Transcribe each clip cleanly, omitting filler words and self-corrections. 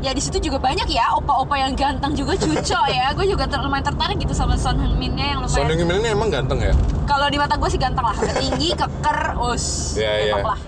ya di situ juga banyak ya opa-opa yang ganteng juga cuco ya. Gue juga lumayan tertarik gitu sama Son Heung-min-nya yang lumayan. Son Heung-min ini emang ganteng ya? Kalau di mata gue sih ganteng lah, udah tinggi, keker, Iya. lah.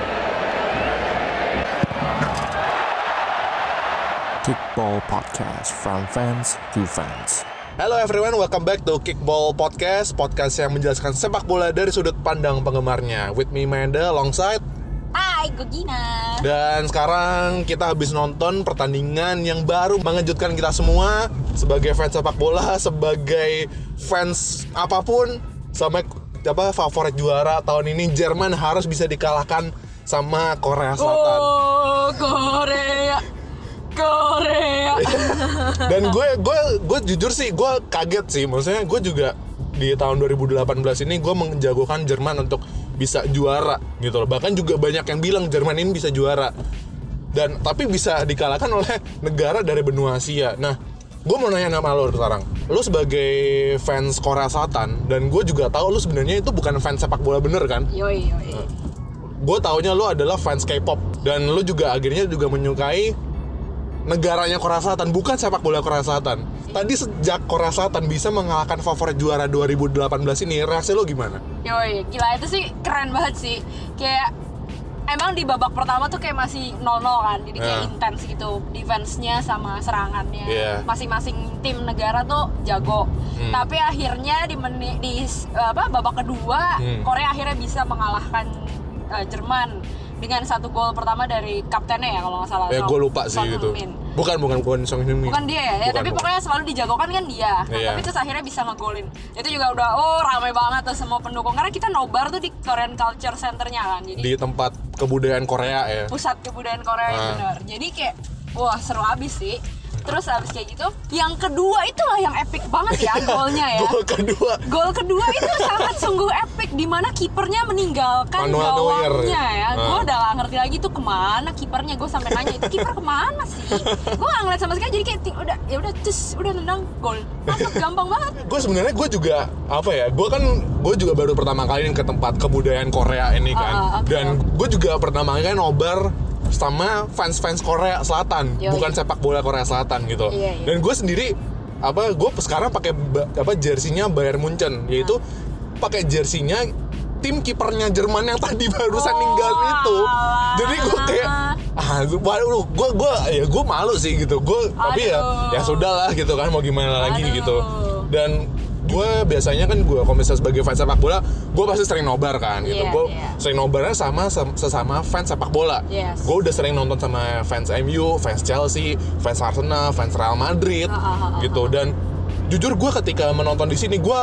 Kickball Podcast from fans to fans. Hello everyone, welcome back to Kickball Podcast yang menjelaskan sepak bola dari sudut pandang penggemarnya. With me Manda, alongside Hai, gue Gina. Dan sekarang kita habis nonton pertandingan yang baru mengejutkan kita semua sebagai fans sepak bola, sebagai fans apapun, sama favorit juara tahun ini Jerman harus bisa dikalahkan sama Korea Selatan. Oh, Korea. Dan gue jujur sih gue kaget sih, maksudnya gue juga di tahun 2018 ini gue menjagokan Jerman untuk bisa juara gitu loh. Bahkan juga banyak yang bilang Jerman ini bisa juara, dan tapi bisa dikalahkan oleh negara dari benua Asia. Nah, gue mau nanya sama lo sekarang, lo sebagai fans Korea Selatan, dan gue juga tahu lo sebenarnya itu bukan fans sepak bola bener kan? Yoi. Gue taunya lo adalah fans K-pop, dan lo juga akhirnya juga menyukai negaranya Korea Selatan, bukan sepak bola Korea Selatan. Tadi sejak Korea Selatan bisa mengalahkan favorit juara 2018 ini, reaksi lo gimana? Yoi, gila itu sih keren banget sih. Kayak emang di babak pertama tuh kayak masih 0-0 kan. Jadi kayak intens gitu defense-nya sama serangannya. Masing-masing tim negara tuh jago. Tapi akhirnya di babak kedua Korea akhirnya bisa mengalahkan Jerman dengan satu gol pertama dari kaptennya ya kalau nggak salah. Ya gue lupa sih gitu. Bukan Son Heung-min. Bukan dia ya, tapi pokoknya selalu dijagokan kan dia. Tapi terus akhirnya bisa ngegolin. Itu juga udah ramai banget tuh semua pendukung, karena kita nobar tuh di Korean Culture Center-nya kan. Jadi di tempat kebudayaan Korea ya. Pusat kebudayaan Korea yang benar. Jadi kayak wah seru abis sih. Terus abis kayak gitu, yang kedua itulah yang epic banget ya golnya ya. Gol kedua itu sangat sungguh epic, dimana kipernya meninggalkan gawangnya ya. Gue udah gak ngerti lagi tuh kemana kipernya. Gue sampai nanya itu kiper kemana sih. Gue gak ngeliat sama sekali, jadi kayak udah nendang gol. Masuk gampang banget. Gue sebenarnya gue juga baru pertama kali ke tempat kebudayaan Korea ini kan. Dan gue juga pertama kali nobar sama fans Korea Selatan, bukan sepak bola Korea Selatan gitu. Dan gue sendiri gue sekarang pakai jersinya Bayern Munchen, yaitu pakai jersinya tim kipernya Jerman yang tadi barusan ninggalin itu. Jadi gue kayak gue malu sih gitu. Tapi ya sudahlah gitu kan, mau gimana lagi gitu. Dan gue biasanya kan kalau misalnya sebagai fans sepak bola, gue pasti sering nobar kan gitu. Gue sering nobarnya sama sesama fans sepak bola. Gue udah sering nonton sama fans MU, fans Chelsea, fans Arsenal, fans Real Madrid gitu. Dan jujur gue ketika menonton di sini, gue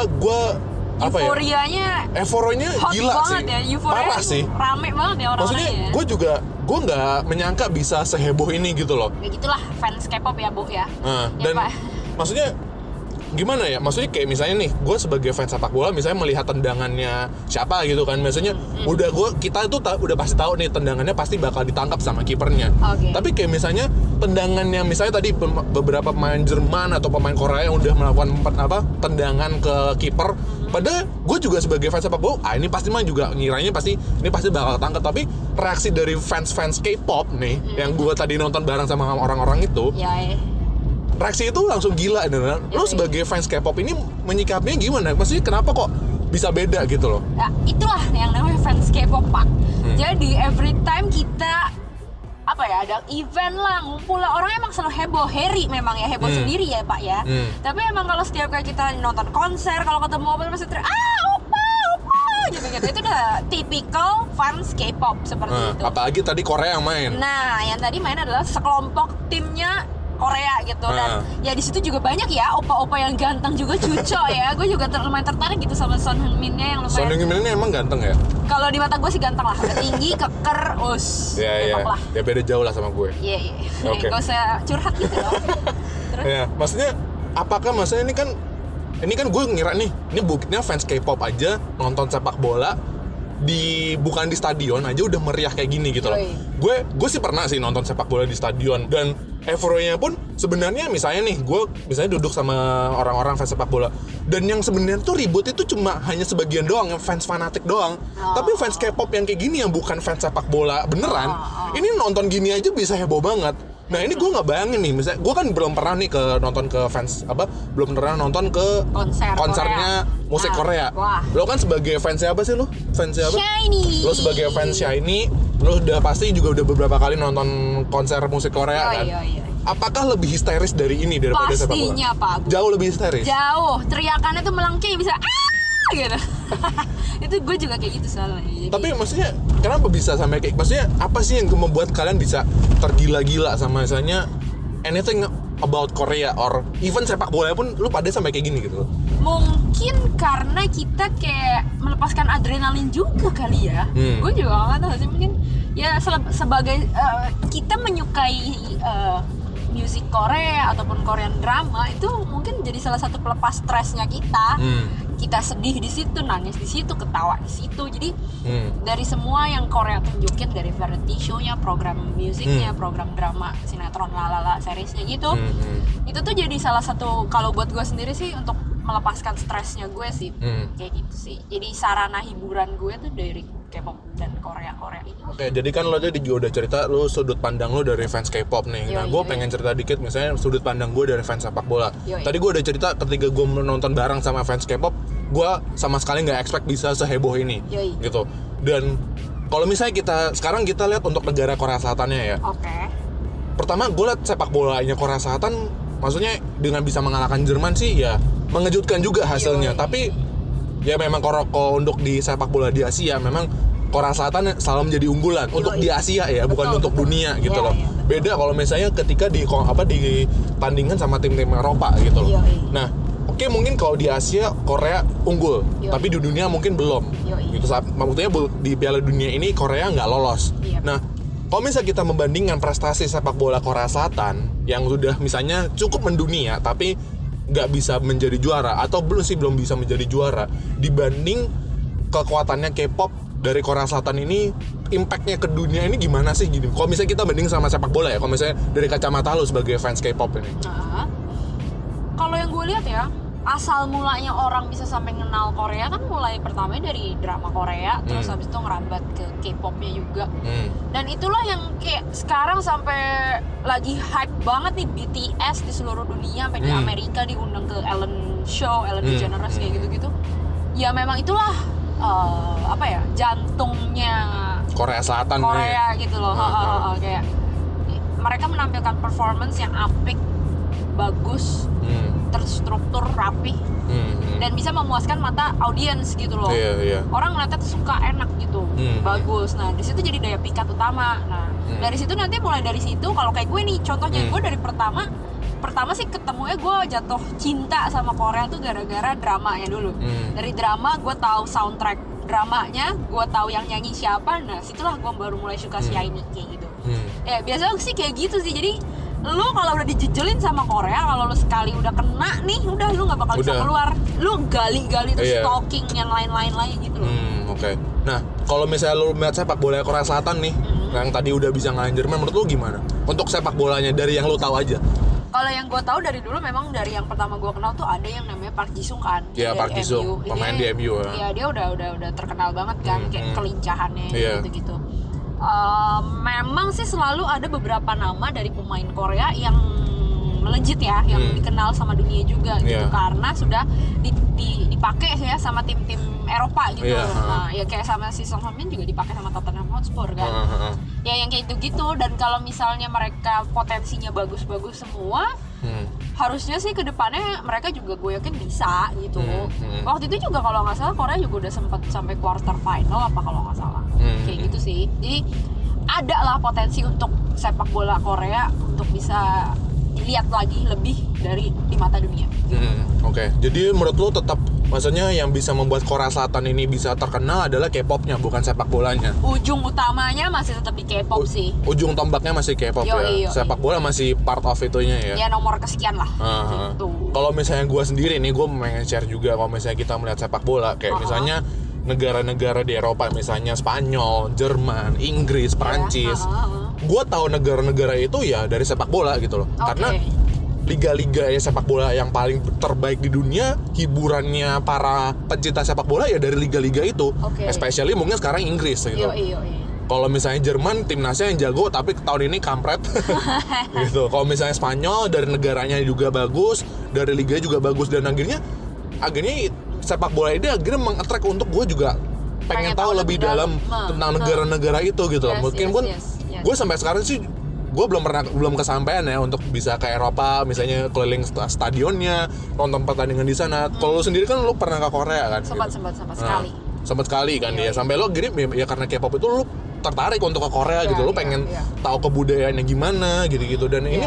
euforianya gila sih, parah sih, rame banget ya orang-orangnya. Maksudnya gue nggak menyangka bisa seheboh ini gitu loh. Ya gitulah fans K-pop ya Bu ya. Dan maksudnya gimana ya, maksudnya kayak misalnya nih, gue sebagai fans sepak bola misalnya melihat tendangannya siapa gitu kan, maksudnya kita itu udah pasti tahu nih tendangannya pasti bakal ditangkap sama kipernya. Tapi kayak misalnya tendangannya, misalnya tadi beberapa pemain Jerman atau pemain Korea yang udah melakukan tendangan ke kiper, padahal gue juga sebagai fans sepak bola, ini pasti mah juga ngiranya ini pasti bakal tangkap. Tapi reaksi dari fans K-pop nih yang gue tadi nonton bareng sama orang-orang itu, reaksi itu langsung gila. Lo sebagai fans K-pop ini menyikapinya gimana? Maksudnya kenapa kok bisa beda gitu loh? Nah, itulah yang namanya fans K-pop, Pak. Jadi every time kita ada event lah, ngumpul lah, orang emang selalu heboh. Harry memang ya heboh sendiri ya Pak ya. Tapi emang kalau setiap kali kita nonton konser, kalau ketemu apa pasti teriak opa gitu. Itu udah typical fans K-pop seperti itu. Apalagi tadi Korea yang main. Nah, yang tadi main adalah sekelompok timnya Korea gitu. Dan ya di situ juga banyak ya opa-opa yang ganteng juga cuco ya. Gue juga lumayan tertarik gitu sama Son Heung-min-nya yang lumayan. Son Heung-min ini emang ganteng ya? Kalau di mata gue sih ganteng lah, udah tinggi, keker, lah. Ya beda jauh lah sama gue. Iya. Gak usah curhat gitu loh. Terus? Ya, maksudnya apakah ini kan gue ngira nih, ini buktinya fans K-pop aja nonton sepak bola bukan di stadion aja udah meriah kayak gini gitu loh. Gue sih pernah sih nonton sepak bola di stadion, dan euforianya pun sebenarnya misalnya duduk sama orang-orang fans sepak bola, dan yang sebenarnya tuh ribut itu cuma hanya sebagian doang, yang fans fanatik doang. Tapi fans K-pop yang kayak gini yang bukan fans sepak bola beneran, ini nonton gini aja bisa heboh banget. Nah ini gue nggak bayangin nih, misalnya gue kan belum pernah nih nonton ke fans belum pernah nonton ke konsernya musik Korea. Wah. Lo kan sebagai fansnya apa sih lo? Fansnya apa? SHINee. Lo sebagai fans SHINee, lo udah pasti juga udah beberapa kali nonton konser musik Korea kan? Iya. Apakah lebih histeris dari ini daripada sepak bola? Pastinya Pak. Jauh lebih histeris. Jauh, teriakannya tuh melengking bisa gitu. Itu gue juga kayak gitu soalnya. Jadi, tapi maksudnya kenapa bisa sampai kayak, maksudnya apa sih yang membuat kalian bisa tergila-gila sama misalnya anything about Korea or even sepak bola pun lu pada sampai kayak gini gitu? mungkin karena kita kayak melepaskan adrenalin juga kali ya. Gue juga nggak tahu sih, mungkin ya sebagai kita menyukai musik Korea ataupun Korean drama itu mungkin jadi salah satu pelepas stresnya kita. Kita sedih di situ, nangis di situ, ketawa di situ. Jadi dari semua yang Korea tunjukin, dari variety show-nya, program musiknya, program drama, sinetron, lalala, seriesnya gitu, itu tuh jadi salah satu, kalau buat gue sendiri sih, untuk melepaskan stresnya gue sih, kayak gitu sih. Jadi sarana hiburan gue tuh dari K-pop dan Korea ini. Oke, jadi kan lo tadi juga udah cerita lo sudut pandang lo dari fans K-pop nih. Nah, gue pengen cerita dikit misalnya sudut pandang gue dari fans sepak bola. Tadi gue udah cerita ketika gue menonton bareng sama fans K-pop, gue sama sekali nggak expect bisa seheboh ini, gitu. Dan kalau misalnya sekarang kita lihat untuk negara Korea Selatannya ya. Pertama gue lihat sepak bolanya Korea Selatan, maksudnya dengan bisa mengalahkan Jerman sih ya mengejutkan juga hasilnya. Tapi ya memang kalau untuk di sepak bola di Asia memang Korea Selatan selalu menjadi unggulan untuk di Asia ya, bukan untuk dunia gitu loh. Beda kalau misalnya ketika ditandingkan sama tim-tim Eropa gitu loh. Nah, oke, mungkin kalau di Asia Korea unggul, tapi di dunia mungkin belum. Gitu, maksudnya di Piala Dunia ini Korea nggak lolos. Nah, kalau misalnya kita membandingkan prestasi sepak bola Korea Selatan yang sudah misalnya cukup mendunia tapi nggak bisa menjadi juara atau belum bisa menjadi juara, dibanding kekuatannya K-pop dari Korea Selatan ini, impactnya ke dunia ini gimana sih gini? Kalau misalnya kita banding sama sepak bola ya, kalau misalnya dari kacamata lo sebagai fans K-pop ini. Nah, kalau yang gue lihat ya, asal mulanya orang bisa sampai kenal Korea kan mulai pertamanya dari drama Korea, terus habis itu ngerambat ke K-popnya juga. Dan itulah yang kayak sekarang sampai lagi hype banget nih BTS di seluruh dunia, sampai di Amerika diundang ke Ellen DeGeneres kayak gitu-gitu. Ya memang itulah jantungnya Korea Selatan Korea gitu loh. Kayak mereka menampilkan performance yang apik, bagus, terstruktur, rapi, dan bisa memuaskan mata audiens gitu loh. Orang ngeliatnya tuh suka, enak gitu, bagus. Nah di situ jadi daya pikat utama. Nah dari situ nanti mulai dari situ, kalau kayak gue nih contohnya, gue dari pertama sih ketemunya gue jatuh cinta sama Korea tuh gara-gara dramanya dulu. Dari drama gue tahu soundtrack dramanya, gue tahu yang nyanyi siapa. Nah situlah gue baru mulai suka SHINee kayak gitu. Ya biasanya sih kayak gitu sih. Jadi lu kalau udah dijejelin sama Korea, kalau lu sekali udah kena nih, udah lu nggak bakal bisa keluar. Lu gali-gali terus stalking yang lain-lain gitu loh. Oke. Nah kalau misalnya lu melihat sepak bola Korea Selatan nih, yang tadi udah bisa ngalahin Jerman, menurut lu gimana? Untuk sepak bolanya dari yang lu tahu aja. Kalau yang gue tahu dari dulu, memang dari yang pertama gue kenal tuh ada yang namanya Park Ji-sung kan. Iya, Park Ji-sung, pemain di MU ya. Iya, dia udah terkenal banget kan, kayak kelincahannya gitu-gitu. Memang sih selalu ada beberapa nama dari pemain Korea yang melejit ya, yang dikenal sama dunia juga gitu, karena sudah dipakai ya sama tim-tim Eropa gitu. Nah, ya kayak sama si Song Hye-min juga dipakai sama Tottenham Hotspur kan. Ya yang kayak gitu. Dan kalau misalnya mereka potensinya bagus-bagus semua, harusnya sih ke depannya mereka juga gue yakin bisa gitu. Waktu itu juga kalau nggak salah Korea juga udah sempat sampai quarter final apa kalau nggak salah. Kayak gitu sih. Jadi ada lah potensi untuk sepak bola Korea untuk bisa dilihat lagi lebih dari di mata dunia. Oke. Jadi menurut lo tetap, maksudnya yang bisa membuat Korea Selatan ini bisa terkenal adalah K-popnya, bukan sepak bolanya. Ujung utamanya masih tetap di K-pop sih. Ujung tombaknya masih K-pop ya. Sepak bola masih part of itunya ya. Ya nomor kesekian lah. Gitu. Kalau misalnya gue sendiri nih, gue pengen share juga kalau misalnya kita melihat sepak bola, kayak misalnya negara-negara di Eropa, misalnya Spanyol, Jerman, Inggris, Prancis. Gue tahu negara-negara itu ya dari sepak bola gitu loh. Karena liga-liga ya sepak bola yang paling terbaik di dunia, hiburannya para pencinta sepak bola ya dari liga-liga itu. Especially mungkin sekarang Inggris gitu. Kalau misalnya Jerman timnasnya yang jago tapi tahun ini kampret gitu. Kalau misalnya Spanyol dari negaranya juga bagus, dari liga juga bagus, dan akhirnya sepak bola ini akhirnya meng-attract untuk gue juga pengen tahu lebih dalam tentang negara-negara itu gitu. Mungkin pun gue sampai sekarang sih gue belum kesampaian ya untuk bisa ke Eropa, misalnya keliling stadionnya, nonton pertandingan di sana. Kalau lu sendiri kan lu pernah ke Korea kan? Sempat sekali kan ya. Sampai lo gini ya karena K-pop itu lu tertarik untuk ke Korea gitu. Lu pengen tahu kebudayaannya gimana gitu-gitu. Dan ini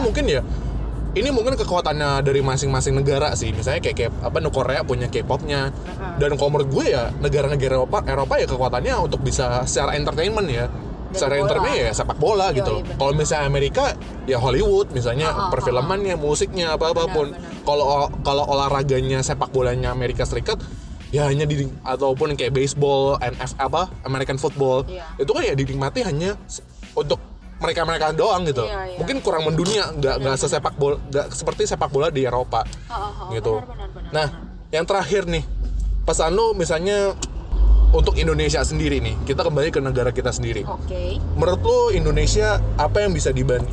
mungkin kekuatannya dari masing-masing negara sih. Misalnya kayak Korea punya K-popnya. Dan kalau menurut gue ya negara-negara Eropa ya kekuatannya untuk bisa secara entertainment ya. Secara entertainment ya sepak bola gitu. Kalau misalnya Amerika ya Hollywood misalnya, perfilmannya, musiknya, apapun. Kalau olahraganya sepak bolanya Amerika Serikat ya hanya ataupun kayak baseball, American football. Itu kan ya dinikmati hanya untuk mereka doang gitu. Mungkin kurang mendunia, nggak sesepak bola, nggak seperti sepak bola di Eropa gitu. Benar. Nah, yang terakhir nih, pesan lu misalnya untuk Indonesia sendiri nih, kita kembali ke negara kita sendiri. Menurut lu Indonesia apa yang bisa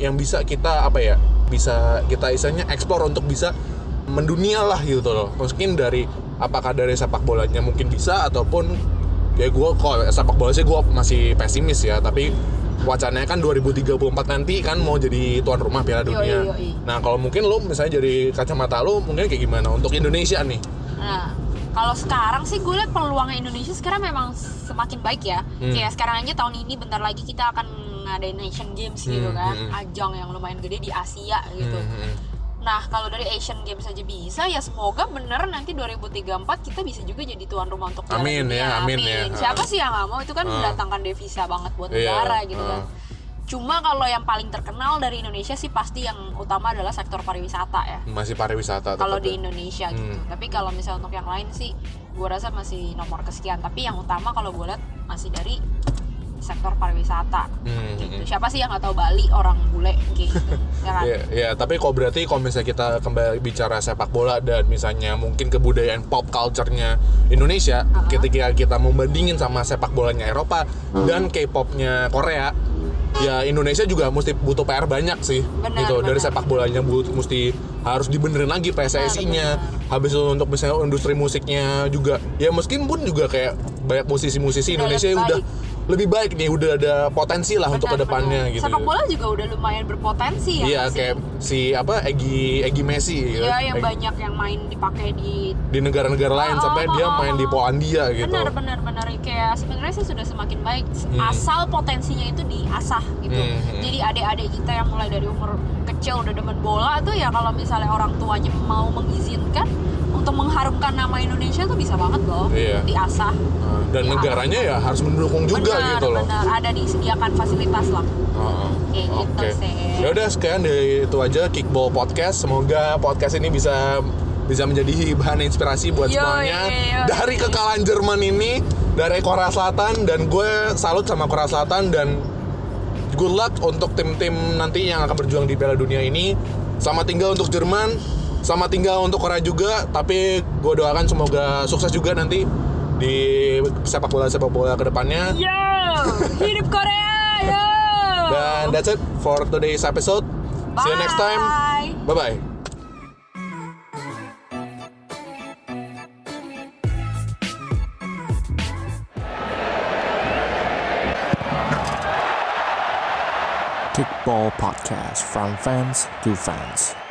kita bisa kita istilahnya explore untuk bisa mendunia lah gitu loh. Mungkin apakah dari sepak bolanya mungkin bisa, ataupun ya gue kalau sepak bola sih gue masih pesimis ya, tapi wacananya kan 2034 nanti kan mau jadi tuan rumah Piala Dunia. Nah kalau mungkin lu misalnya dari kacamata lu mungkin kayak gimana untuk Indonesia nih? Nah kalau sekarang sih gue lihat peluangnya Indonesia sekarang memang semakin baik ya. Kayak sekarang aja tahun ini bentar lagi kita akan ngadain Asian Games gitu kan, ajang yang lumayan gede di Asia gitu. Nah kalau dari Asian Games aja bisa, ya semoga bener nanti 2034 kita bisa juga jadi tuan rumah untuk Piala Dunia. Amin. Siapa sih yang nggak mau? Itu kan mendatangkan devisa banget buat negara gitu kan. Cuma kalau yang paling terkenal dari Indonesia sih pasti yang utama adalah sektor pariwisata ya. Masih pariwisata. Kalau di Indonesia gitu. Tapi kalau misalnya untuk yang lain sih, gue rasa masih nomor kesekian. Tapi yang utama kalau gue lihat masih dari sektor pariwisata gitu. Siapa sih yang nggak tahu Bali, orang bule gitu ya kan? Tapi berarti kalau misalnya kita kembali bicara sepak bola dan misalnya mungkin kebudayaan pop culture-nya Indonesia, ketika kita membandingin sama sepak bolanya Eropa dan K-popnya Korea, ya Indonesia juga mesti butuh PR banyak sih. Dari sepak bolanya mesti harus dibenerin lagi PSSI-nya. Habis itu untuk misalnya industri musiknya juga, ya meskipun juga kayak banyak musisi-musisi Indonesia yang udah lebih baik nih, udah ada potensi lah untuk kedepannya gitu. Sepak bola juga udah lumayan berpotensi ya. Iya, kayak si Egy Messi gitu. Iya, yang banyak yang main dipakai di negara-negara lain sampai dia main di Polandia gitu. Benar. Kayak sebenarnya sih sudah semakin baik asal potensinya itu diasah gitu. Jadi adik-adik kita yang mulai dari umur kecil udah demen bola tuh ya, kalau misalnya orang tuanya mau mengizinkan untuk mengharumkan nama Indonesia tuh bisa banget loh, diasah. Dan negaranya ya harus mendukung juga gitu loh. Benar, ada disediakan fasilitas lah. Gitu sih. Ya udah, sekian dari itu aja Kickball Podcast. Semoga podcast ini bisa menjadi bahan inspirasi buat semuanya. Dari kekalahan Jerman ini, dari Korea Selatan, dan gue salut sama Korea Selatan, dan good luck untuk tim-tim nanti yang akan berjuang di Piala Dunia ini. Selamat tinggal untuk Jerman, selamat tinggal untuk Korea juga. Tapi gue doakan semoga sukses juga nanti di sepak bola kedepannya. Hidup Korea, yo. Dan that's it for today's episode. See you next time. Bye bye. Kickball Podcast, from fans to fans.